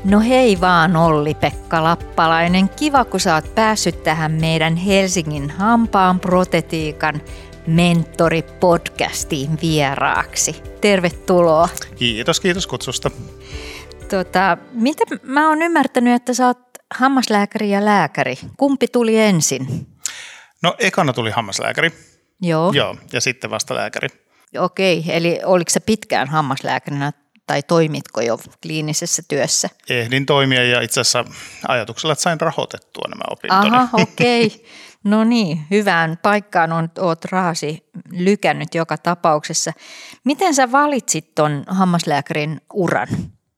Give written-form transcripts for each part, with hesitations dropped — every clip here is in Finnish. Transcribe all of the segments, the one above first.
No hei vaan Olli-Pekka Lappalainen, kiva kun sä oot päässyt tähän meidän Helsingin hampaan protetiikan mentori-podcastiin vieraaksi. Tervetuloa. Kiitos kutsusta. Mitä mä oon ymmärtänyt, että sä oot hammaslääkäri ja lääkäri. Kumpi tuli ensin? No ekana tuli hammaslääkäri. Joo, ja sitten vasta lääkäri. Okei, eli oliko sä pitkään hammaslääkärinä tai toimitko jo kliinisessä työssä? Ehdin toimia ja itse asiassa ajatuksella, että sain rahoitettua nämä opintoni. Aha, okei. No niin, hyvään paikkaan oot rahasi lykännyt joka tapauksessa. Miten sä valitsit ton hammaslääkärin uran?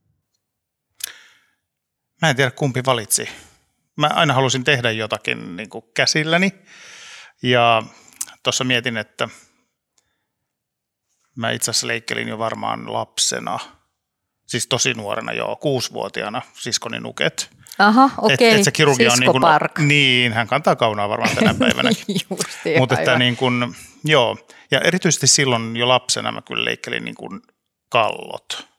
Mä en tiedä kumpi valitsi. Mä aina halusin tehdä jotakin niin kuin käsilläni ja tuossa mietin, että mä itse asiassa leikkelin jo varmaan lapsena, siis tosi nuorena jo, 6-vuotiaana siskoni nuket. Aha, okei, että se kirurgia on niin hän kantaa kaunaa varmaan tänä päivänä. Mutta että niin kuin, joo, ja erityisesti silloin jo lapsena mä kyllä leikkelin niin kuin kallot.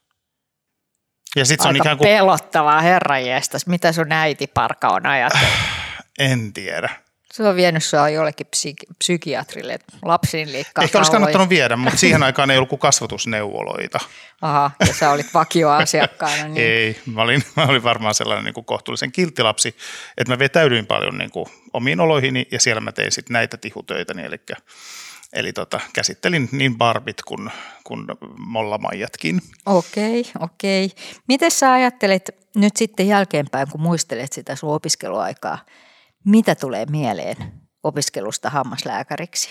Ja sit se on ikään kuin pelottavaa, herranjestas. Mitä sun äitiparka on ajatellut? En tiedä. Se on vienyt sua jollekin psykiatrille, että lapsiin liikkaa ehkä olisi kannattanut viedä, mutta siihen aikaan ei ollut kuin kasvatusneuvoloita. Aha, ja sä olit vakioasiakkaana. Niin. Ei, mä olin varmaan sellainen niin kuin kohtuullisen kilttilapsi, että mä vetäydyin paljon niin kuin omiin oloihini ja siellä mä tein sitten näitä tihutöitäni, eli käsittelin niin barbit kuin mollamaijatkin. Okei. Miten sä ajattelet nyt sitten jälkeenpäin, kun muistelet sitä sun opiskeluaikaa, mitä tulee mieleen opiskelusta hammaslääkäriksi?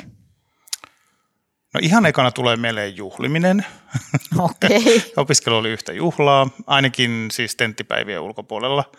No ihan ekana tulee mieleen juhliminen. Okei. Opiskelu oli yhtä juhlaa, ainakin siis tenttipäivien ulkopuolella.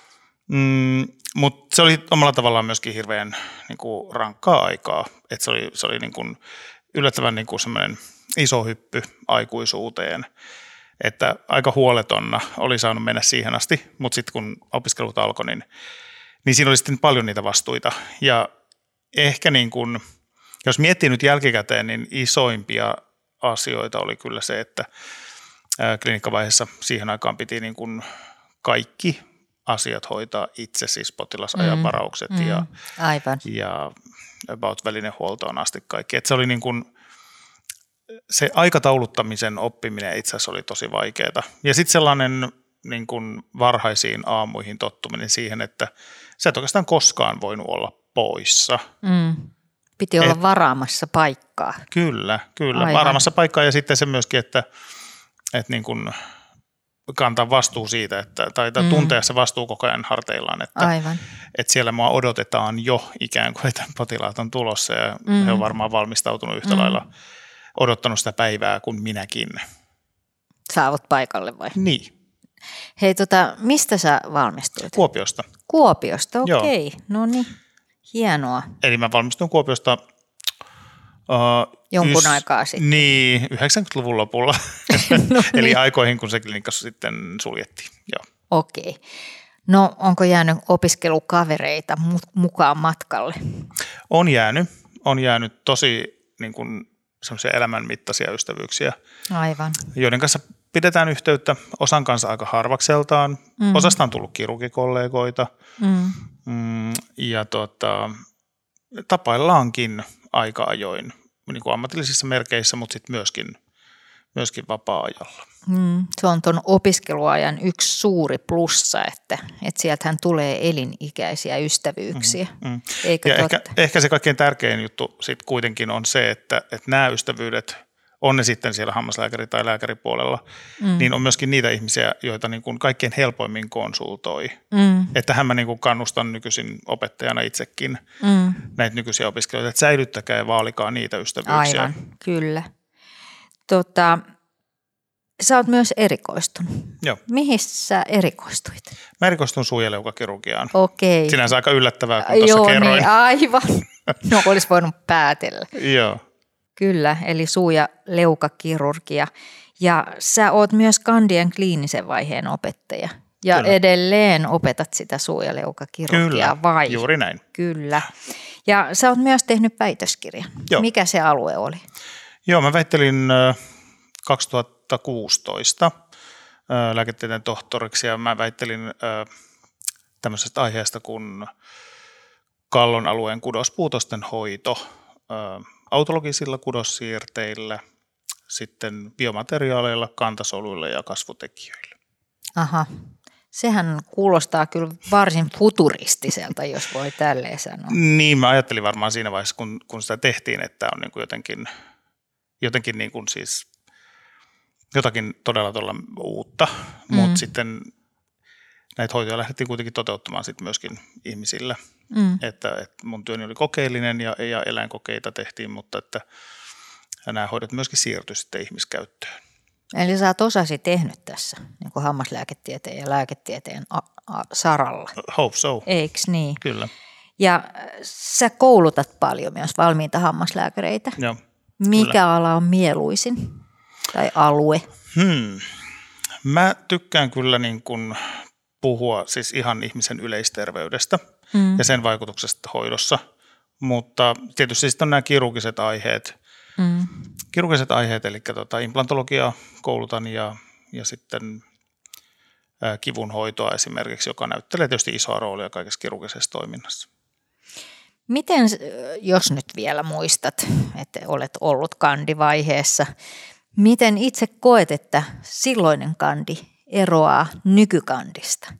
Mutta se oli omalla tavallaan myöskin hirveän niin kuin rankkaa aikaa. Et se oli niin kuin yllättävän niin kuin semmoinen iso hyppy aikuisuuteen. Että aika huoletonna oli saanut mennä siihen asti, mutta sitten kun opiskelut alkoi, niin siinä oli sitten paljon niitä vastuita. Ja ehkä niin kuin, jos miettii nyt jälkikäteen, niin isoimpia asioita oli kyllä se, että klinikkavaiheessa siihen aikaan piti niin kuin kaikki asiat hoitaa itse, siis potilasajavaraukset ja about välinehuoltoon asti kaikki. Et se oli niin kuin, se aikatauluttamisen oppiminen itse asiassa oli tosi vaikeaa. Ja sitten sellainen niin kuin varhaisiin aamuihin tottuminen siihen, että sä et oikeastaan koskaan voinut olla poissa. Piti olla varaamassa paikkaa. Kyllä, varaamassa paikkaa ja sitten se myöskin, että niin kuin kantaa vastuu siitä, tai tuntea se vastuu koko ajan harteillaan, että siellä mua odotetaan jo ikään kuin, että potilaat on tulossa ja he on varmaan valmistautunut yhtä lailla, odottanut sitä päivää kuin minäkin. Saavut paikalle vai? Niin. Hei, mistä sä valmistuit? Kuopiosta. Kuopiosta, okei. No niin, hienoa. Eli mä valmistuin Kuopiosta jonkun aikaa sitten. Niin, 90-luvun lopulla. No niin. Eli aikoihin, kun se klinikka sitten suljettiin. Joo. Okei. No onko jäänyt opiskelukavereita mukaan matkalle? On jäänyt tosi niin kuin semmoisia elämänmittaisia ystävyyksiä. Aivan. Joiden kanssa pidetään yhteyttä, osan kanssa aika harvakseltaan. Osasta on tullut kirurgikollegoita ja tapaillaankin aika ajoin niin kuin ammatillisissa merkeissä, mutta sitten myöskin vapaa-ajalla. Se on tuon opiskeluajan yksi suuri plussa, että sieltähän tulee elinikäisiä ystävyyksiä. Eikö ja totta? Ehkä se kaikkein tärkein juttu sitten kuitenkin on se, että nämä ystävyydet, on ne sitten siellä hammaslääkäri- tai lääkäripuolella, niin on myöskin niitä ihmisiä, joita niin kuin kaikkein helpoimmin konsultoi. Että tähän mä niin kuin kannustan nykyisin opettajana itsekin näitä nykyisiä opiskelijoita, että säilyttäkää ja vaalikaa niitä ystävyyksiä. Aivan, kyllä. Sä oot myös erikoistunut. Joo. Mihin sä erikoistuit? Mä erikoistun suu- ja leukakirurgiaan. Okei. Sinänsä aika yllättävää, kun tuossa kerroin. Niin, aivan. No olisi voinut päätellä. Joo. Kyllä, eli suu- ja leukakirurgia. Ja sä oot myös Kandien kliinisen vaiheen opettaja. Ja kyllä, edelleen opetat sitä suu- ja leukakirurgiaa, kyllä, vai? Juuri näin. Kyllä. Ja sä oot myös tehnyt väitöskirjan. Joo. Mikä se alue oli? Joo, mä väittelin 2016 lääketieteen tohtoriksi ja mä väittelin tämmöisestä aiheesta kuin kallon alueen kudospuutosten hoito autologisilla kudossiirteillä, sitten biomateriaaleilla, kantasoluilla ja kasvutekijöillä. Aha, sehän kuulostaa kyllä varsin futuristiselta, jos voi tälleen sanoa. Niin, mä ajattelin varmaan siinä vaiheessa, kun sitä tehtiin, että on niin kuin jotenkin niin kuin siis jotakin todella uutta, mutta sitten näitä hoitoja lähdettiin kuitenkin toteuttamaan sitten myöskin ihmisillä. Että mun työni oli kokeellinen ja eläinkokeita tehtiin, mutta että nämä hoidot myöskin siirtyi sitten ihmiskäyttöön. Eli sä oot osasi tehnyt tässä niin kuin hammaslääketieteen ja lääketieteen saralla. Hope so. Eiks niin? Kyllä. Ja sä koulutat paljon myös valmiita hammaslääkäreitä. Joo, mikä kyllä. ala on mieluisin tai alue? Mä tykkään kyllä niin kuin puhua siis ihan ihmisen yleisterveydestä ja sen vaikutuksesta hoidossa, mutta tietysti sitten on nämä kirurgiset aiheet. Kirurgiset aiheet, eli implantologiaa koulutan ja sitten kivunhoitoa esimerkiksi, joka näyttelee tietysti isoa roolia kaikessa kirurgisessa toiminnassa. Miten, jos nyt vielä muistat, että olet ollut kandivaiheessa, miten itse koet, että silloinen kandi eroaa nykykandista?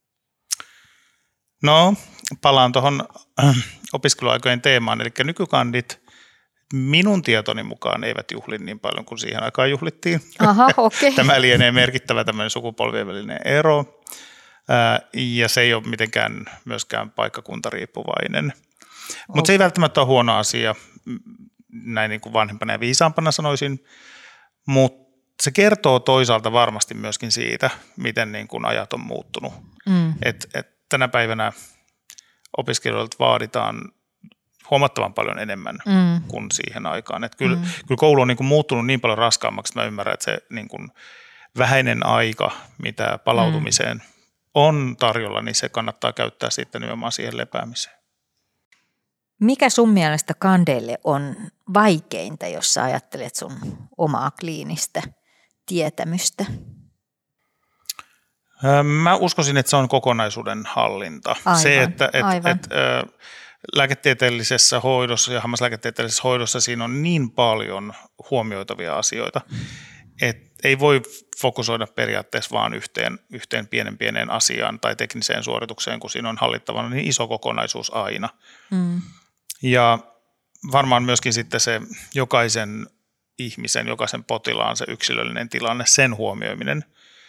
No, palaan tuohon opiskeluaikojen teemaan, eli nykykandit minun tietoni mukaan eivät juhli niin paljon kuin siihen aikaan juhlittiin. Aha, okei. Tämä lienee merkittävä tämmöinen sukupolvien välinen ero, ja se ei ole mitenkään myöskään paikkakuntariippuvainen. Mutta se ei välttämättä ole huono asia, näin niin kuin vanhempana ja viisaampana sanoisin, mutta se kertoo toisaalta varmasti myöskin siitä, miten niin kuin ajat on muuttunut. Et tänä päivänä opiskelijoilta vaaditaan huomattavan paljon enemmän kuin siihen aikaan. Et kyllä koulu on niin kuin muuttunut niin paljon raskaammaksi, että mä ymmärrän, että se niin kuin vähäinen aika, mitä palautumiseen on tarjolla, niin se kannattaa käyttää sitten nimenomaan siihen lepäämiseen. Mikä sun mielestä kandeille on vaikeinta, jos sä ajattelet sun omaa kliinistä tietämystä? Mä uskoisin, että se on kokonaisuuden hallinta. Aivan, se, että lääketieteellisessä hoidossa ja hammaslääketieteellisessä hoidossa siinä on niin paljon huomioitavia asioita, että ei voi fokusoida periaatteessa vaan yhteen pienen asiaan tai tekniseen suoritukseen, kun siinä on hallittavana niin iso kokonaisuus aina. Ja varmaan myöskin sitten se jokaisen ihmisen, jokaisen potilaan se yksilöllinen tilanne, sen huomioiminen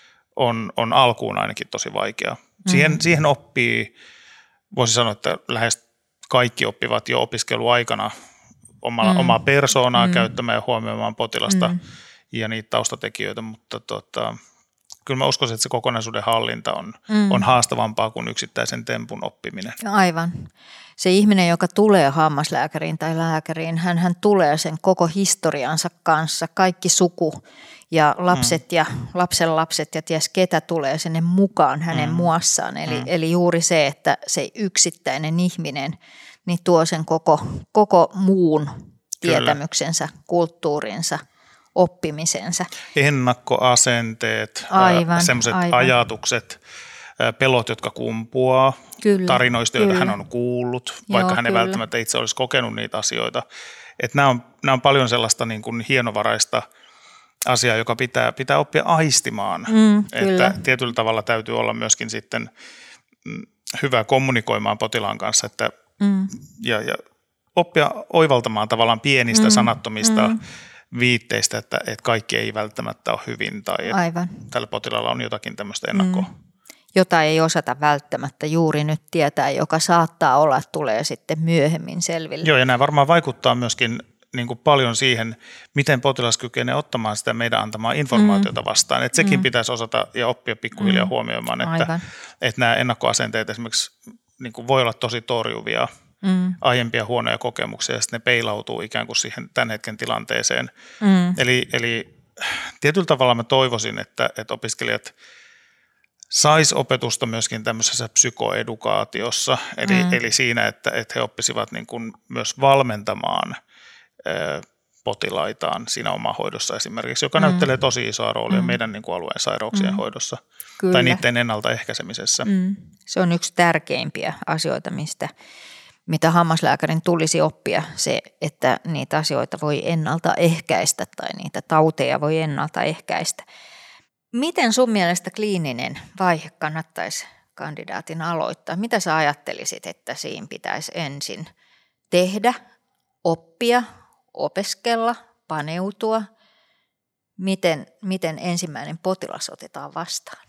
on alkuun ainakin tosi vaikeaa. Siihen oppii, voisi sanoa, että lähes kaikki oppivat jo opiskeluaikana omaa persoonaa käyttämään ja huomioimaan potilasta ja niitä taustatekijöitä, mutta kyllä mä uskoisin, että se kokonaisuuden hallinta on haastavampaa kuin yksittäisen tempun oppiminen. Aivan. Se ihminen, joka tulee hammaslääkäriin tai lääkäriin, hän tulee sen koko historiansa kanssa, kaikki suku ja lapset ja lapsenlapset ja ties ketä tulee sinne mukaan hänen muassaan. Eli juuri se, että se yksittäinen ihminen niin tuo sen koko muun tietämyksensä, kulttuurinsa, oppimisensa. Ennakkoasenteet, sellaiset ajatukset, pelot, jotka kumpuaa tarinoista, joita hän on kuullut, vaikka hän ei välttämättä itse olisi kokenut niitä asioita. Että nämä on paljon sellaista niin kuin hienovaraista asiaa, joka pitää oppia aistimaan. Että tietyllä tavalla täytyy olla myöskin sitten hyvä kommunikoimaan potilaan kanssa ja oppia oivaltamaan tavallaan pienistä sanattomista viitteistä, että kaikki ei välttämättä ole hyvin tai tällä potilaalla on jotakin tämmöistä ennakkoa. Jota ei osata välttämättä juuri nyt tietää, joka saattaa olla, että tulee sitten myöhemmin selville. Joo, ja nämä varmaan vaikuttaa myöskin niin kuin paljon siihen, miten potilas kykenee ottamaan sitä meidän antamaa informaatiota vastaan. Että sekin pitäisi osata ja oppia pikkuhiljaa huomioimaan, että nämä ennakkoasenteet esimerkiksi niin kuin voi olla tosi torjuvia aiempia huonoja kokemuksia, ja sitten ne peilautuu ikään kuin siihen tämän hetken tilanteeseen. Eli tietyllä tavalla mä toivoisin, että opiskelijat sais opetusta myöskin tämmöisessä psykoedukaatiossa, eli siinä, että he oppisivat niin kuin myös valmentamaan potilaitaan siinä omahoidossa esimerkiksi, joka näyttelee tosi isoa roolia meidän niin kuin alueen sairauksien hoidossa tai niiden ennaltaehkäisemisessä. Se on yksi tärkeimpiä asioita, mitä hammaslääkärin tulisi oppia, se, että niitä asioita voi ennaltaehkäistä tai niitä tauteja voi ennaltaehkäistä. Miten sun mielestä kliininen vaihe kannattaisi kandidaatin aloittaa? Mitä sä ajattelisit, että siinä pitäisi ensin tehdä, oppia, opiskella, paneutua? Miten ensimmäinen potilas otetaan vastaan?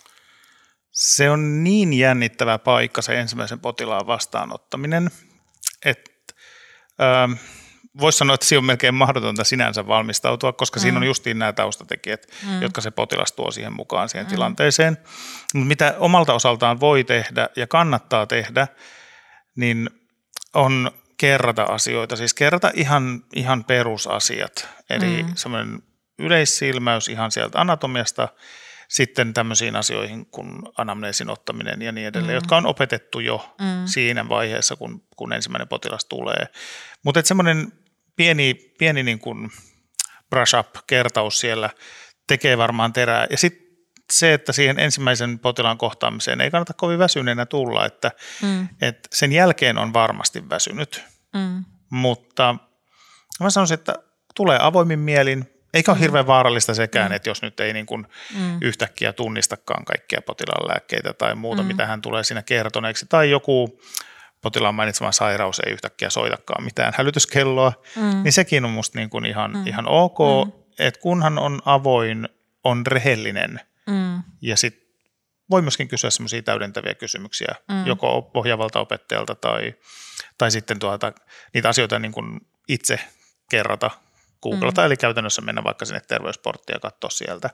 Se on niin jännittävä paikka se ensimmäisen potilaan vastaanottaminen, että voisi sanoa, että siinä on melkein mahdotonta sinänsä valmistautua, koska siinä on justiin nämä taustatekijät, jotka se potilas tuo siihen mukaan siihen tilanteeseen. Mutta mitä omalta osaltaan voi tehdä ja kannattaa tehdä, niin on kerrata asioita, siis kerrata ihan perusasiat, eli semmoinen yleissilmäys ihan sieltä anatomiasta, sitten tämmöisiin asioihin kuin anamneesin ottaminen ja niin edelleen, jotka on opetettu jo siinä vaiheessa, kun ensimmäinen potilas tulee. Mutta semmoinen pieni niin kuin brush up -kertaus siellä tekee varmaan terää. Ja sitten se, että siihen ensimmäisen potilaan kohtaamiseen ei kannata kovin väsyneenä tulla, että sen jälkeen on varmasti väsynyt. Mutta mä sanoisin, että tulee avoimin mielin. Eikä ole hirveän vaarallista sekään, että jos nyt ei niin kuin yhtäkkiä tunnistakaan kaikkia potilaan lääkkeitä tai muuta, mitä hän tulee siinä kertoneeksi, tai joku potilaan mainitsema sairaus ei yhtäkkiä soitakaan mitään hälytyskelloa, niin sekin on musta niin kuin ihan ok, että kunhan on avoin, on rehellinen ja sitten voi myöskin kysyä semmoisia täydentäviä kysymyksiä joko ohjaavalta opettajalta tai sitten niitä asioita niin kuin itse kerrata, googlata, eli käytännössä mennä vaikka sinne terveysporttiin ja katsoa sieltä.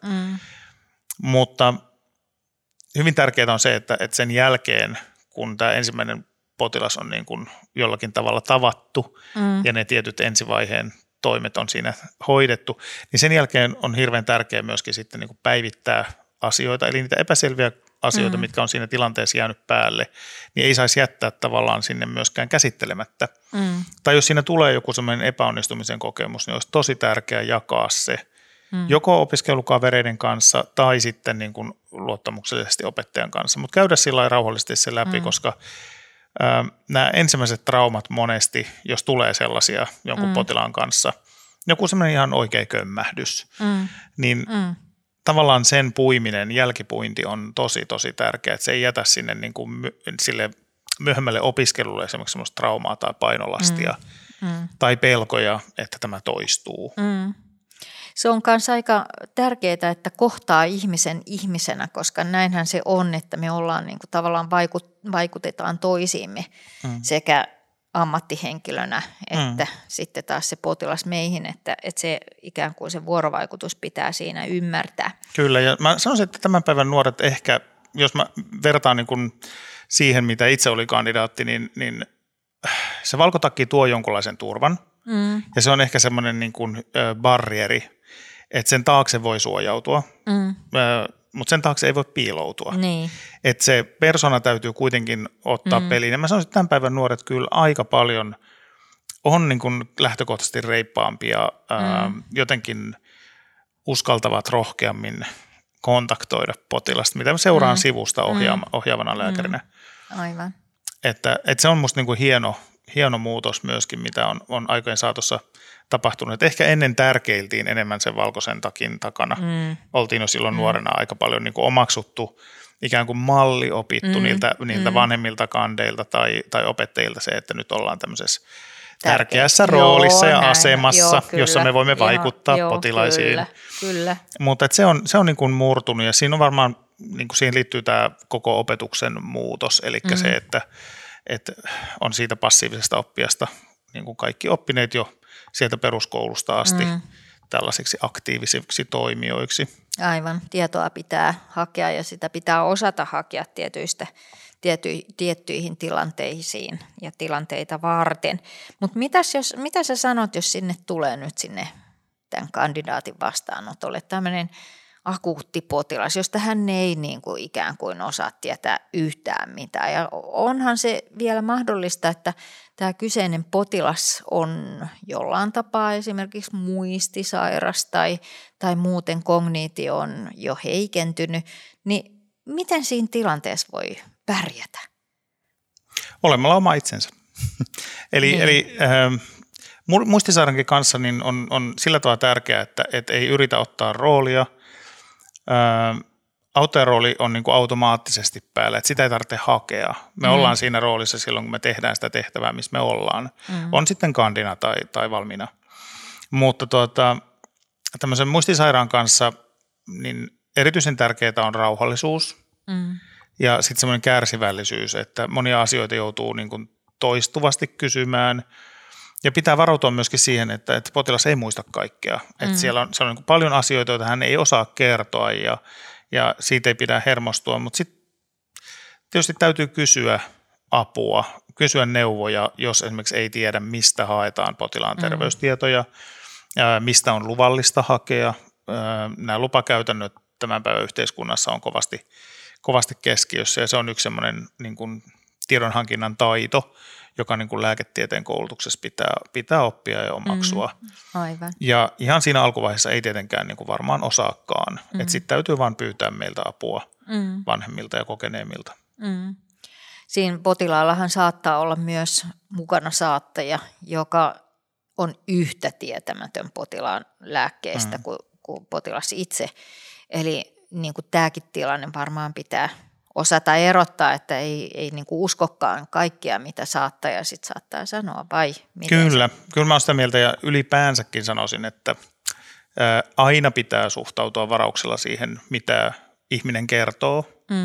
Mutta hyvin tärkeää on se, että sen jälkeen, kun tämä ensimmäinen potilas on niin kuin jollakin tavalla tavattu ja ne tietyt ensivaiheen toimet on siinä hoidettu, niin sen jälkeen on hirveän tärkeää myöskin sitten niin kuin päivittää asioita, eli niitä epäselviä asioita, mitkä on siinä tilanteessa jäänyt päälle, niin ei saisi jättää tavallaan sinne myöskään käsittelemättä. Tai jos siinä tulee joku sellainen epäonnistumisen kokemus, niin olisi tosi tärkeää jakaa se joko opiskelukavereiden kanssa tai sitten niin kuin luottamuksellisesti opettajan kanssa, mutta käydä sillä lailla rauhallisesti se läpi, koska nämä ensimmäiset traumat monesti, jos tulee sellaisia jonkun potilaan kanssa, joku sellainen ihan oikea kömmähdys, niin tavallaan sen puiminen, jälkipuinti on tosi, tosi tärkeää, että se ei jätä sinne niin kuin sille myöhemmälle opiskelulle esimerkiksi semmoista traumaa tai painolastia tai pelkoja, että tämä toistuu. Se on myös aika tärkeää, että kohtaa ihmisen ihmisenä, koska näinhän se on, että me ollaan niin kuin tavallaan vaikutetaan toisiimme sekä ammattihenkilönä että sitten taas se potilas meihin, että se ikään kuin se vuorovaikutus pitää siinä ymmärtää. Kyllä, ja mä sanoisin, että tämän päivän nuoret ehkä, jos mä vertaan niin kuin siihen, mitä itse oli kandidaatti, niin se valkotakki tuo jonkunlaisen turvan, ja se on ehkä semmoinen niin kuin barrieri, että sen taakse voi suojautua, mutta sen taakse ei voi piiloutua. Niin. Että se persona täytyy kuitenkin ottaa peliin. Ja mä sanoisin, että tämän päivän nuoret kyllä aika paljon on niin kuin lähtökohtaisesti reippaampia, jotenkin uskaltavat rohkeammin kontaktoida potilasta, mitä mä seuraan sivusta ohjaavana lääkärinä. Aivan. Että se on musta niin kuin hieno muutos myöskin, mitä on aikojen saatossa tapahtunut. Että ehkä ennen tärkeiltiin enemmän sen valkoisen takin takana. Oltiin jo silloin nuorena aika paljon niin kuin omaksuttu, ikään kuin malli opittu niiltä vanhemmilta kandeilta tai opettajilta se, että nyt ollaan tämmöisessä tärkeässä roolissa ja asemassa, jossa me voimme vaikuttaa potilaisiin. Kyllä. Mutta se on niin kuin murtunut ja siinä on varmaan, niin kuin siihen liittyy tämä koko opetuksen muutos, eli se, että on siitä passiivisesta oppijasta niin kuin kaikki oppineet jo sieltä peruskoulusta asti tällaisiksi aktiivisiksi toimijoiksi. Aivan. Tietoa pitää hakea ja sitä pitää osata hakea tiettyihin tilanteisiin ja tilanteita varten. Mutta mitä sä sanot, jos sinne tulee nyt sinne tämän kandidaatin vastaanotolle tämmöinen akuutti potilas, josta hän ei niin kuin ikään kuin osaa tietää yhtään mitään. Ja onhan se vielä mahdollista, että tämä kyseinen potilas on jollain tapaa esimerkiksi muistisairas tai muuten kognitio on jo heikentynyt, niin miten siinä tilanteessa voi pärjätä? Olemalla oma itsensä. Eli muistisairankin kanssa niin on sillä tavalla tärkeää, että ei yritä ottaa roolia. Auttajan rooli on niin kuin automaattisesti päällä, että sitä ei tarvitse hakea. Me ollaan siinä roolissa silloin, kun me tehdään sitä tehtävää, missä me ollaan. On sitten kandina tai valmiina. Mutta tämmöisen muistisairaan kanssa niin erityisen tärkeää on rauhallisuus ja sitten semmoinen kärsivällisyys, että monia asioita joutuu niin kuin toistuvasti kysymään. Ja pitää varautua myöskin siihen, että potilas ei muista kaikkea. Että siellä on niin kuin paljon asioita, joita hän ei osaa kertoa ja siitä ei pidä hermostua. Mutta sitten tietysti täytyy kysyä apua, kysyä neuvoja, jos esimerkiksi ei tiedä, mistä haetaan potilaan terveystietoja, mistä on luvallista hakea. Nämä lupakäytännöt tämän päivän yhteiskunnassa on kovasti keskiössä ja se on yksi semmoinen niin kuin tiedonhankinnan taito, joka niin kuin lääketieteen koulutuksessa pitää oppia ja omaksua. Aivan. Ja ihan siinä alkuvaiheessa ei tietenkään niin kuin varmaan osaakaan. Että sitten täytyy vaan pyytää meiltä apua vanhemmilta ja kokeneemmilta. Siinä potilaallahan saattaa olla myös mukana saattaja, joka on yhtä tietämätön potilaan lääkkeestä kuin potilas itse. Eli niin kuin tämäkin tilanne varmaan pitää osata erottaa, että ei niin kuin uskokaan kaikkia, mitä saattaja sitten saattaa sanoa, vai miten? Kyllä mä olen sitä mieltä ja ylipäänsäkin sanoisin, että aina pitää suhtautua varauksella siihen, mitä ihminen kertoo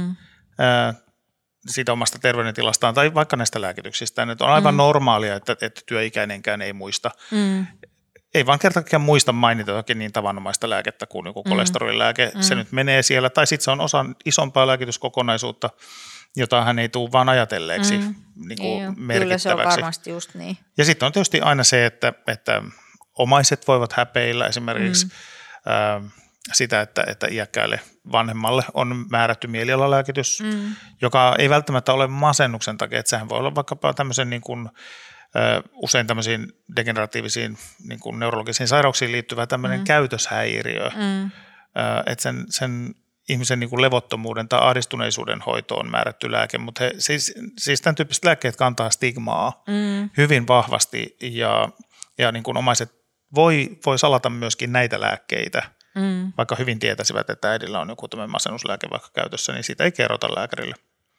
siitä omasta terveydentilastaan tai vaikka näistä lääkityksistä. Että on aivan normaalia, että työikäinenkään ei muista. Ei vaan kertakaan muista mainita jotakin niin tavanomaista lääkettä kuin joku kolesterolilääke. Se nyt menee siellä, tai sitten se on osa isompaa lääkityskokonaisuutta, jota hän ei tule vaan ajatelleeksi niin kuin merkittäväksi. Kyllä se on varmasti just niin. Ja sitten on tietysti aina se, että omaiset voivat häpeillä esimerkiksi sitä, että iäkkäälle vanhemmalle on määrätty mielialalääkitys, joka ei välttämättä ole masennuksen takia, että sehän voi olla vaikkapa tämmöisen niin kuin usein tämmöisiin degeneratiivisiin niin kuin neurologisiin sairauksiin liittyvä tämmöinen käytöshäiriö, että sen ihmisen niin kuin levottomuuden tai ahdistuneisuuden hoitoon määrätty lääke, mutta siis tämän tyyppiset lääkkeet kantaa stigmaa hyvin vahvasti ja niin kuin omaiset voi salata myöskin näitä lääkkeitä, vaikka hyvin tietäisivät, että äidillä on joku tämmöinen masennuslääke vaikka käytössä, niin siitä ei kerrota lääkärille.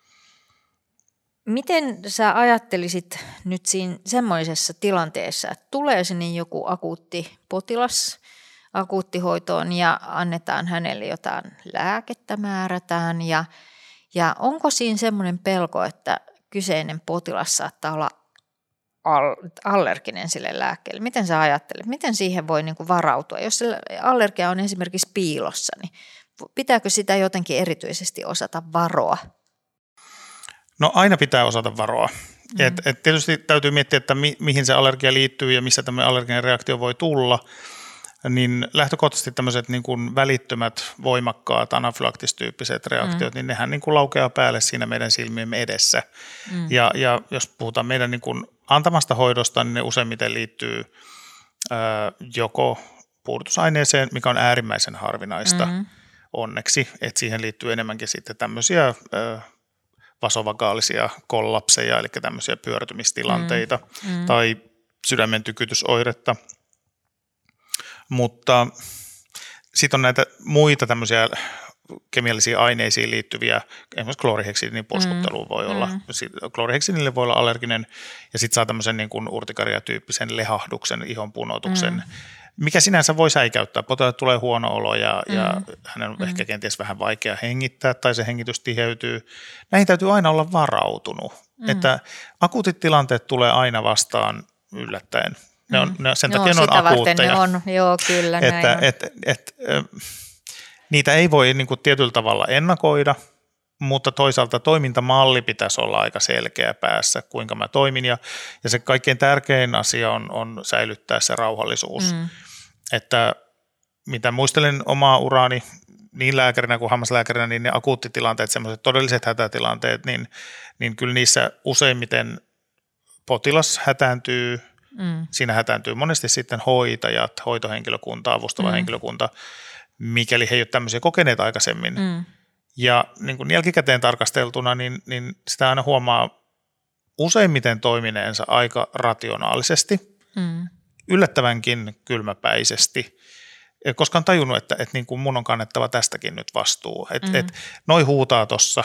Miten sä ajattelisit nyt siinä semmoisessa tilanteessa, että tulee sinne joku akuutti potilas akuuttihoitoon ja annetaan hänelle jotain lääkettä, määrätään ja onko siinä semmoinen pelko, että kyseinen potilas saattaa olla allerginen sille lääkkeelle? Miten sä ajattelet? Miten siihen voi niinku varautua? Jos se allergia on esimerkiksi piilossa, niin pitääkö sitä jotenkin erityisesti osata varoa? No aina pitää osata varoa. Et tietysti täytyy miettiä, että mihin se allergia liittyy ja missä tämmöinen allerginen reaktio voi tulla. Niin lähtökohtaisesti tämmöiset niin kuin välittömät, voimakkaat, anafylaktistyyppiset reaktiot, niin nehän niin kuin laukeaa päälle siinä meidän silmiemme edessä. Ja jos puhutaan meidän niin kuin antamasta hoidosta, niin ne useimmiten liittyy joko puudutusaineeseen, mikä on äärimmäisen harvinaista onneksi, että siihen liittyy enemmänkin sitten tämmöisiä vasovagaalisia kollapseja, eli tämmöisiä pyörtymistilanteita tai sydämen tykytysoiretta. Mutta sitten on näitä muita tämmöisiä kemiallisiin aineisiin liittyviä, esimerkiksi klooriheksiinin poskutteluun voi olla, klooriheksiinille voi olla allerginen ja sitten saa tämmöisen niin kuin urtikaria-tyyppisen lehahduksen, ihon punotuksen, mikä sinänsä voi säikäyttää. Potilaalle tulee huono olo ja hänen on ehkä kenties vähän vaikea hengittää tai se hengitys tiheytyy. Näihin täytyy aina olla varautunut, että akuutit tilanteet tulee aina vastaan yllättäen. Sen takia ne on akuutteja. Joo, kyllä niitä ei voi niin kuin tietyllä tavalla ennakoida, mutta toisaalta toimintamalli pitäisi olla aika selkeä päässä, kuinka mä toimin. Ja se kaikkein tärkein asia on säilyttää se rauhallisuus. Että mitä muistelen omaa uraani, niin lääkärinä kuin hammaslääkärinä, niin ne akuuttitilanteet, semmoiset todelliset hätätilanteet, niin kyllä niissä useimmiten potilas hätääntyy, siinä hätääntyy monesti sitten hoitajat, hoitohenkilökunta, avustava henkilökunta, mikäli he ei ole tämmöisiä kokeneet aikaisemmin. Ja niin kuin jälkikäteen tarkasteltuna, niin sitä aina huomaa useimmiten toimineensa aika rationaalisesti, yllättävänkin kylmäpäisesti, koska on tajunnut, että niin kuin mun on kannettava tästäkin nyt vastuu. Että noi huutaa tossa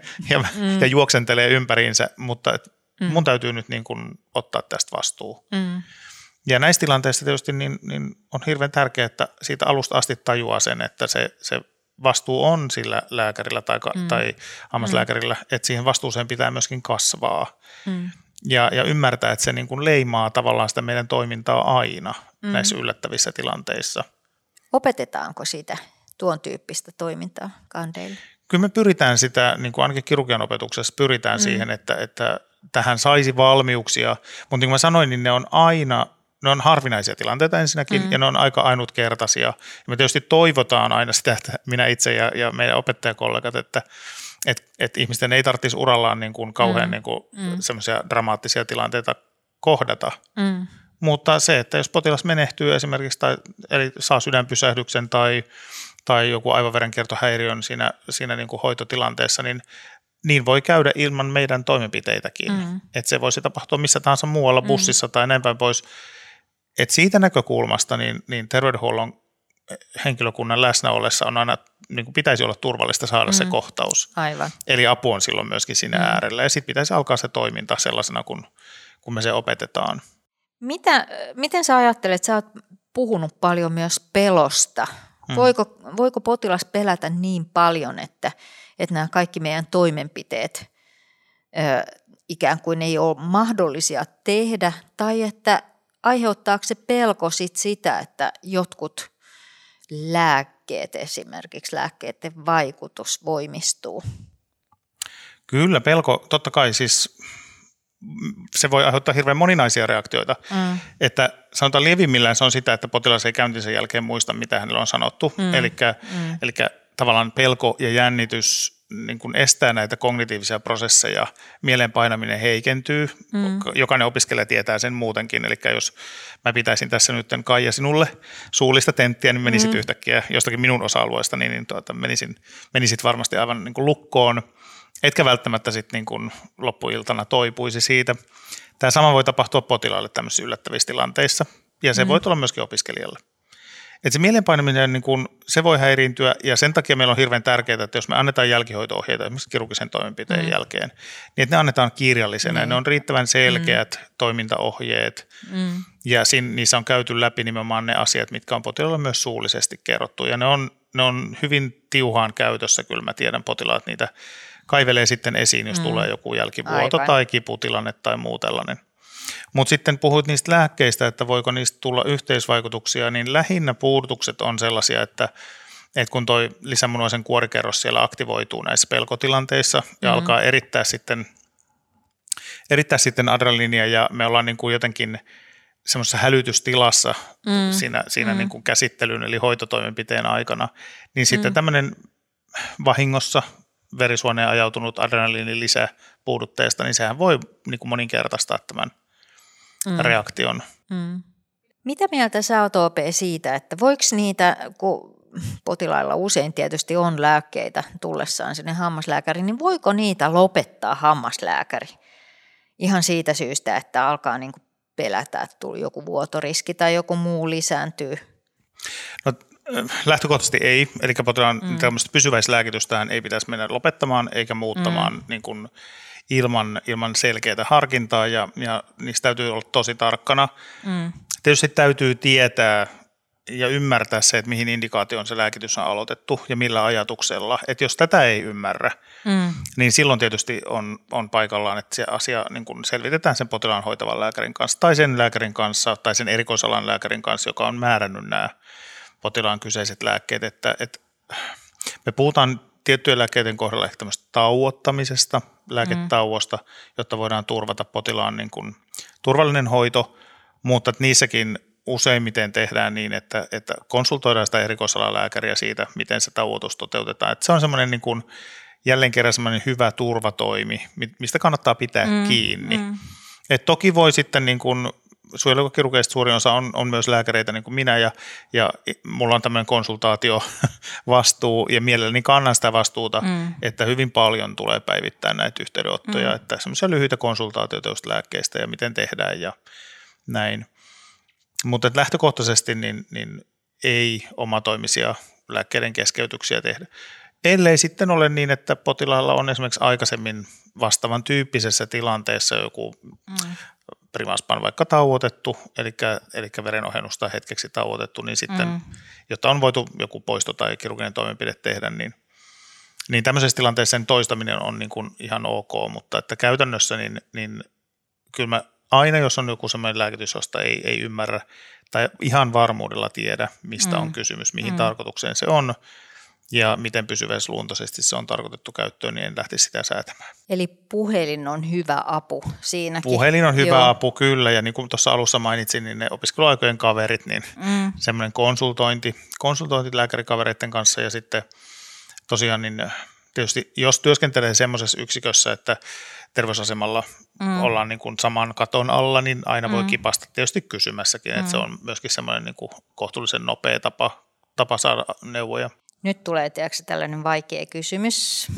ja juoksentelee ympäriinsä, mutta mun täytyy nyt niin kuin ottaa tästä vastuu. Ja näissä tilanteissa tietysti niin on hirveän tärkeää, että siitä alusta asti tajuaa sen, että se vastuu on sillä lääkärillä tai hammaslääkärillä, että siihen vastuuseen pitää myöskin kasvaa. Ja ymmärtää, että se niin kuin leimaa tavallaan sitä meidän toimintaa aina näissä yllättävissä tilanteissa. Opetetaanko sitä tuon tyyppistä toimintaa kandeille? Kyllä me pyritään sitä, niin kuin ainakin kirurgian opetuksessa pyritään siihen, että tähän saisi valmiuksia, mutta niin kuin mä sanoin, niin ne on harvinaisia tilanteita ensinnäkin ja ne on aika ainutkertaisia. Ja me tietysti toivotaan aina sitä, että minä itse ja meidän opettajakollegat, että ihmisten ei tarvitsisi urallaan niin kuin kauhean niin kuin semmoisia dramaattisia tilanteita kohdata. Mutta se, että jos potilas menehtyy esimerkiksi eli saa sydänpysähdyksen tai joku aivoverenkiertohäiriön siinä niin kuin hoitotilanteessa, niin voi käydä ilman meidän toimenpiteitäkin. Että se voisi tapahtua missä tahansa muualla bussissa tai näin päin pois. Että siitä näkökulmasta niin terveydenhuollon henkilökunnan läsnä ollessa on aina, niin kuin pitäisi olla turvallista saada se kohtaus. Aivan. Eli apu on silloin myöskin siinä äärellä ja sitten pitäisi alkaa se toiminta sellaisena, kun me se opetetaan. Miten sä ajattelet, sä oot puhunut paljon myös pelosta. Voiko potilas pelätä niin paljon, että nämä kaikki meidän toimenpiteet ikään kuin ei ole mahdollisia tehdä, tai että aiheuttaako se pelko sitä, että jotkut lääkkeet, esimerkiksi lääkkeiden vaikutus voimistuu? Kyllä, pelko, totta kai siis se voi aiheuttaa hirveän moninaisia reaktioita. Että sanotaan lievimmillään se on sitä, että potilas ei käyntinsä jälkeen muista, mitä hänellä on sanottu. Eli tavallaan pelko ja jännitys niin kuin estää näitä kognitiivisia prosesseja, mieleen painaminen heikentyy. Jokainen opiskelija tietää sen muutenkin, eli jos mä pitäisin tässä nyt Kaija sinulle suullista tenttiä, niin menisit yhtäkkiä jostakin minun osa-alueesta, niin menisit varmasti aivan niin kuin lukkoon, etkä välttämättä sitten niin kuin loppuiltana toipuisi siitä. Tämä sama voi tapahtua potilaalle tämmöisissä yllättävissä tilanteissa, ja se voi tulla myöskin opiskelijalle. Että se mielenpainaminen, niin kun, se voi häiriintyä, ja sen takia meillä on hirveän tärkeää, että jos me annetaan jälkihoito-ohjeita esimerkiksi kirurgisen toimenpiteen jälkeen, niin että ne annetaan kirjallisena, ne on riittävän selkeät toimintaohjeet, ja niissä on käyty läpi nimenomaan ne asiat, mitkä on potilaalla myös suullisesti kerrottu, ja ne on hyvin tiuhaan käytössä, kyllä mä tiedän, potilaat niitä kaivelee sitten esiin, jos tulee joku jälkivuoto tai kiputilanne tai muu tällainen. Mutta sitten puhuit niistä lääkkeistä, että voiko niistä tulla yhteisvaikutuksia, niin lähinnä puudutukset on sellaisia, että kun toi lisämunuaisen kuorikerros siellä aktivoituu näissä pelkotilanteissa ja alkaa erittää sitten adrenaliinia ja me ollaan niin kuin jotenkin semmoisessa hälytystilassa siinä niin kuin käsittelyn eli hoitotoimenpiteen aikana, niin sitten tämmöinen vahingossa verisuoneen ajautunut adrenaliinin lisäpuudutteesta, niin sehän voi niin kuin moninkertaistaa tämän reaktion. Mitä mieltä sä oot, OP, siitä, että voiko niitä, kun potilailla usein tietysti on lääkkeitä tullessaan sinne hammaslääkäriin, niin voiko niitä lopettaa hammaslääkäri? Ihan siitä syystä, että alkaa niin kuin pelätä, että tuli joku vuotoriski tai joku muu lisääntyy. No, lähtökohtaisesti ei, eli potilaan tämmöistä pysyväislääkitystähän ei pitäisi mennä lopettamaan eikä muuttamaan niin kuin ilman selkeää harkintaa ja niistä täytyy olla tosi tarkkana. Tietysti täytyy tietää ja ymmärtää se, että mihin indikaatioon se lääkitys on aloitettu ja millä ajatuksella. Että jos tätä ei ymmärrä, niin silloin tietysti on paikallaan, että se asia niin kun selvitetään sen potilaan hoitavan lääkärin kanssa tai sen lääkärin kanssa tai sen erikoisalan lääkärin kanssa, joka on määrännyt nämä potilaan kyseiset lääkkeet. Että me puhutaan tiettyjen lääkkeiden kohdalla ehkä tämmöistä tauottamisesta, lääketauosta, jotta voidaan turvata potilaan niin kuin turvallinen hoito, mutta niissäkin useimmiten tehdään niin, että konsultoidaan sitä erikoisalalääkäriä siitä, miten se tauotus toteutetaan. Että se on semmoinen niin kuin, jälleen kerran semmoinen hyvä turvatoimi, mistä kannattaa pitää kiinni. Et toki voi sitten niin kuin, suojelukirurgeista suurin osa on myös lääkäreitä niin kuin minä ja mulla on tämmöinen konsultaatiovastuu ja mielelläni kannan sitä vastuuta, että hyvin paljon tulee päivittäin näitä yhteydenottoja, että semmoisia lyhyitä konsultaatioita just lääkkeistä ja miten tehdään ja näin. Mutta lähtökohtaisesti niin ei omatoimisia lääkkeiden keskeytyksiä tehdä. Ellei sitten ole niin, että potilaalla on esimerkiksi aikaisemmin vastaavan tyyppisessä tilanteessa joku primaspan vaikka tauotettu, eli verenohennusta hetkeksi tauotettu, niin sitten, jotta on voitu joku poisto tai kirurginen toimenpide tehdä, niin tämmöisessä tilanteessa sen toistaminen on niin kuin ihan ok, mutta että käytännössä niin kyllä mä aina, jos on joku semmoinen lääkitys, josta ei ymmärrä tai ihan varmuudella tiedä, mistä on kysymys, mihin tarkoitukseen se on, ja miten pysyväisluontoisesti se on tarkoitettu käyttöön, niin en lähtisi sitä säätämään. Eli puhelin on hyvä apu siinäkin. Puhelin on hyvä apu, kyllä, ja niin kuin tuossa alussa mainitsin, niin ne opiskeluaikojen kaverit, niin semmoinen konsultointi lääkärikavereiden kanssa, ja sitten tosiaan niin tietysti jos työskentelee semmoisessa yksikössä, että terveysasemalla ollaan niin kuin saman katon alla, niin aina voi kipasta tietysti kysymässäkin, että se on myöskin semmoinen niin kuin kohtuullisen nopea tapa saada neuvoja. Nyt tulee tiedätkö tällainen vaikea kysymys.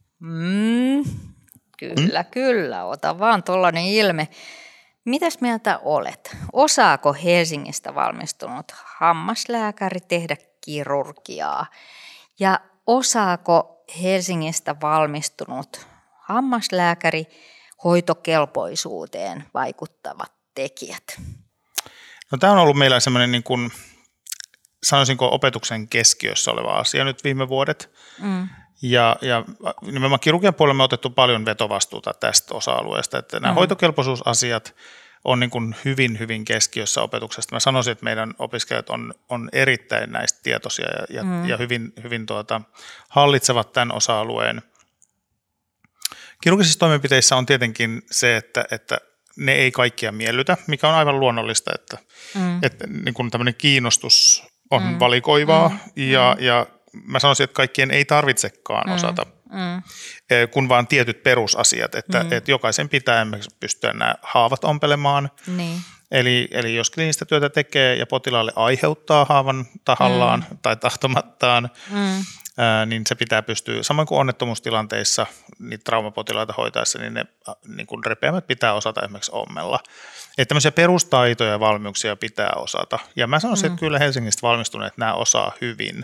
Kyllä, ota vaan tollainen ilme. Mitäs mieltä olet? Osaako Helsingistä valmistunut hammaslääkäri tehdä kirurgiaa? Ja osaako Helsingistä valmistunut hammaslääkäri hoitokelpoisuuteen vaikuttavat tekijät? No, tämä on ollut meillä semmoinen niin kuin, sanoisinko opetuksen keskiössä oleva asia nyt viime vuodet. Ja nimenomaan kirurgian puolella me on otettu paljon vetovastuuta tästä osa-alueesta, että nämä hoitokelpoisuusasiat on niin kuin hyvin, hyvin keskiössä opetuksesta. Mä sanoisin, että meidän opiskelijat on erittäin näistä tietoisia ja hyvin, hyvin hallitsevat tämän osa-alueen. Kirurgisissa toimenpiteissä on tietenkin se, että ne ei kaikkia miellytä, mikä on aivan luonnollista, että niin kuin tämmöinen kiinnostus on valikoivaa ja mä sanoisin, että kaikkien ei tarvitsekaan osata, kun vaan tietyt perusasiat, että jokaisen pitää pystyä nämä haavat ompelemaan. Niin. Eli jos kliinistä työtä tekee ja potilaalle aiheuttaa haavan tahallaan tai tahtomattaan, niin se pitää pystyä, samoin kuin onnettomuustilanteissa niitä traumapotilaita hoitaessa, niin ne niin kuin repeämät pitää osata esimerkiksi ommella. Että tämmöisiä perustaitoja ja valmiuksia pitää osata. Ja mä sanoisin, että kyllä Helsingistä valmistuneet nämä osaa hyvin.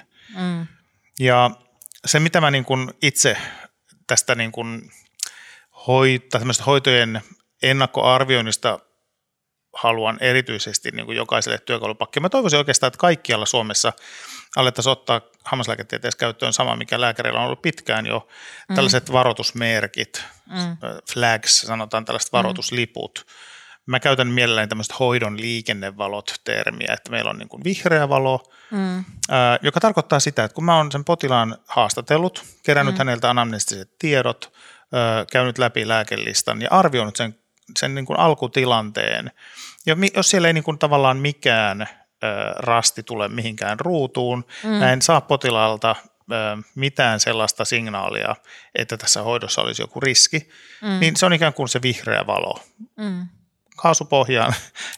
Ja se, mitä mä niin kuin itse tästä niin kuin hoitojen ennakkoarvioinnista haluan erityisesti niin kuin jokaiselle työkalupakkiin. Mä toivoisin oikeastaan, että kaikkialla Suomessa alettaisiin ottaa hammaslääketieteessä käyttöön sama, mikä lääkärillä on ollut pitkään jo, tällaiset varoitusmerkit, flags, sanotaan tällaiset varoitusliput. Mä käytän mielelläni tämmöistä hoidon liikennevalot-termiä, että meillä on niin kuin vihreä valo, joka tarkoittaa sitä, että kun mä oon sen potilaan haastatellut, kerännyt häneltä anamnestiset tiedot, käynyt läpi lääkelistan ja arvioinut sen niin kuin alkutilanteen, ja jos siellä ei niin kuin tavallaan mikään rasti tule mihinkään ruutuun, mä en saa potilaalta mitään sellaista signaalia, että tässä hoidossa olisi joku riski, niin se on ikään kuin se vihreä valo. Kaasupohjaan,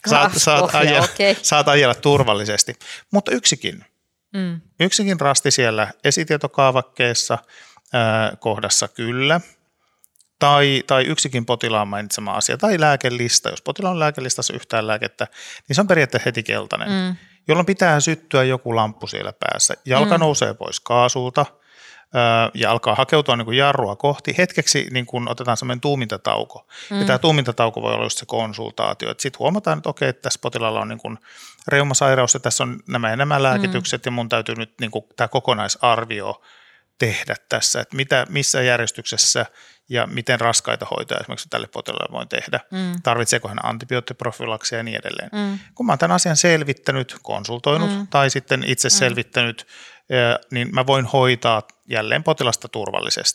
saat ajella turvallisesti, mutta yksikin rasti siellä esitietokaavakkeessa kohdassa kyllä, tai yksikin potilaan mainitsema asia, tai lääkelista, jos potilaan on lääkelistassa yhtään lääkettä, niin se on periaatteessa heti keltainen, jolloin pitää syttyä joku lamppu siellä päässä. Jalka nousee pois kaasulta ja alkaa hakeutua niin kuin jarrua kohti. Hetkeksi niin kuin otetaan sellainen tuumintatauko, ja tämä tuumintatauko voi olla just se konsultaatio. Sitten huomataan, että okei, että tässä potilaalla on niin kuin reumasairaus, ja tässä on nämä ja nämä lääkitykset, ja mun täytyy nyt niin kuin tämä kokonaisarvio tehdä tässä, että missä järjestyksessä ja miten raskaita hoitoja esimerkiksi tälle potilaalle voi tehdä, tarvitseeko hän antibioottiprofylaksia ja niin edelleen. Kun mä oon tämän asian selvittänyt, konsultoinut tai sitten itse selvittänyt, niin mä voin hoitaa jälleen potilasta turvallisesti.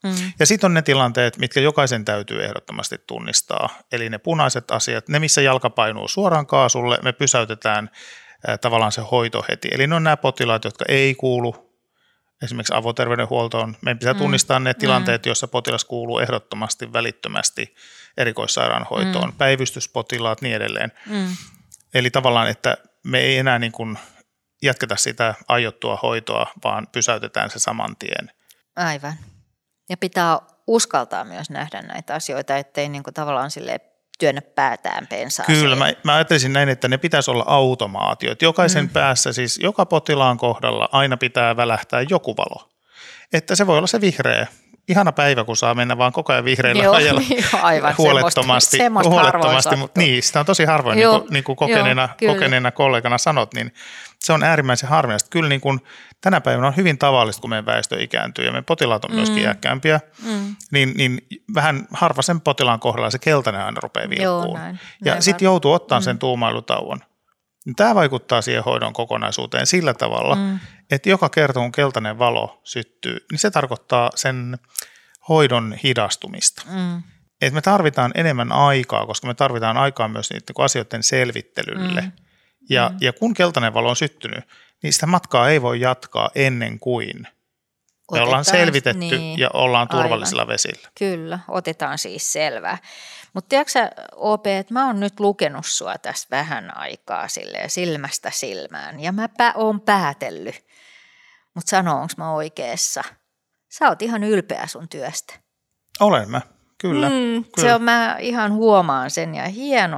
Ja sitten on ne tilanteet, mitkä jokaisen täytyy ehdottomasti tunnistaa. Eli ne punaiset asiat, ne missä jalka painuu suoraan kaasulle, me pysäytetään tavallaan se hoito heti. Eli ne on nämä potilaat, jotka ei kuulu esimerkiksi avoterveydenhuoltoon. Meidän pitää tunnistaa ne tilanteet, joissa potilas kuuluu ehdottomasti, välittömästi erikoissairaanhoitoon, päivystyspotilaat, niin edelleen. Eli tavallaan, että me ei enää niin kuin jatketa sitä aiottua hoitoa, vaan pysäytetään se saman tien. Aivan. Ja pitää uskaltaa myös nähdä näitä asioita, ettei niin kuin tavallaan silleen työnnä päätään pensaaseen. Kyllä, mä ajattelisin näin, että ne pitäisi olla automaatioita. Jokaisen päässä, siis joka potilaan kohdalla aina pitää välähtää joku valo. Että se voi olla se vihreä. Ihana päivä, kun saa mennä vaan koko ajan vihreillä ajalla aivan, huolettomasti, mutta niin, sitä on tosi harvoin, niin kuin kokeneena kollegana sanot, niin se on äärimmäisen harvinaista. Kyllä niin kuin tänä päivänä on hyvin tavallista, kun meidän väestö ikääntyy ja meidän potilaat on myöskin iäkkäämpiä, niin vähän harva sen potilaan kohdalla se keltainen aina rupeaa vilkkuun. Ja sitten joutuu ottaa sen tuumailutauon. Tämä vaikuttaa siihen hoidon kokonaisuuteen sillä tavalla, että joka kerta kun keltainen valo syttyy, niin se tarkoittaa sen hoidon hidastumista. Et me tarvitaan enemmän aikaa, koska me tarvitaan aikaa myös niiden asioiden selvittelylle. Ja kun keltainen valo on syttynyt, niin sitä matkaa ei voi jatkaa ennen kuin me ollaan selvitetty ja ollaan turvallisilla vesillä. Kyllä, otetaan siis selvää. Mutta tiedätkö sä, OP, että mä oon nyt lukenut sua tässä vähän aikaa silleen, silmästä silmään ja mä oon päätellyt. Mutta sano, onko mä oikeassa? Sä oot ihan ylpeä sun työstä. Olen mä, kyllä. Se on, mä ihan huomaan sen ja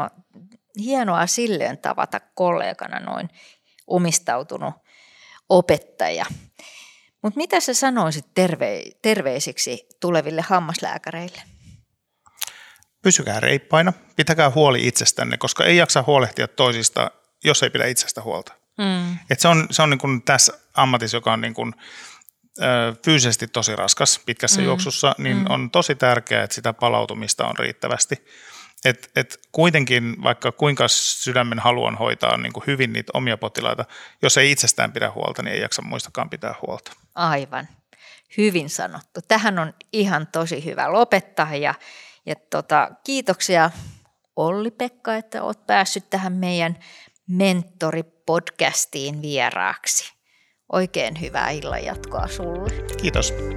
hienoa silleen tavata kollegana noin omistautunut opettaja. Mutta mitä sä sanoisit terveisiksi tuleville hammaslääkäreille? Pysykää reippaina, pitäkää huoli itsestänne, koska ei jaksa huolehtia toisista, jos ei pidä itsestä huolta. Et se on niin kuin tässä ammatissa, joka on niin kuin, fyysisesti tosi raskas pitkässä juoksussa, niin on tosi tärkeää, että sitä palautumista on riittävästi. Et kuitenkin, vaikka kuinka sydämen haluan hoitaa niin kuin hyvin niitä omia potilaita, jos ei itsestään pidä huolta, niin ei jaksa muistakaan pitää huolta. Aivan. Hyvin sanottu. Tähän on ihan tosi hyvä lopettaa ja kiitoksia Olli-Pekka, että olet päässyt tähän meidän mentoripodcastiin vieraaksi. Oikein hyvää illan jatkoa sulle. Kiitos.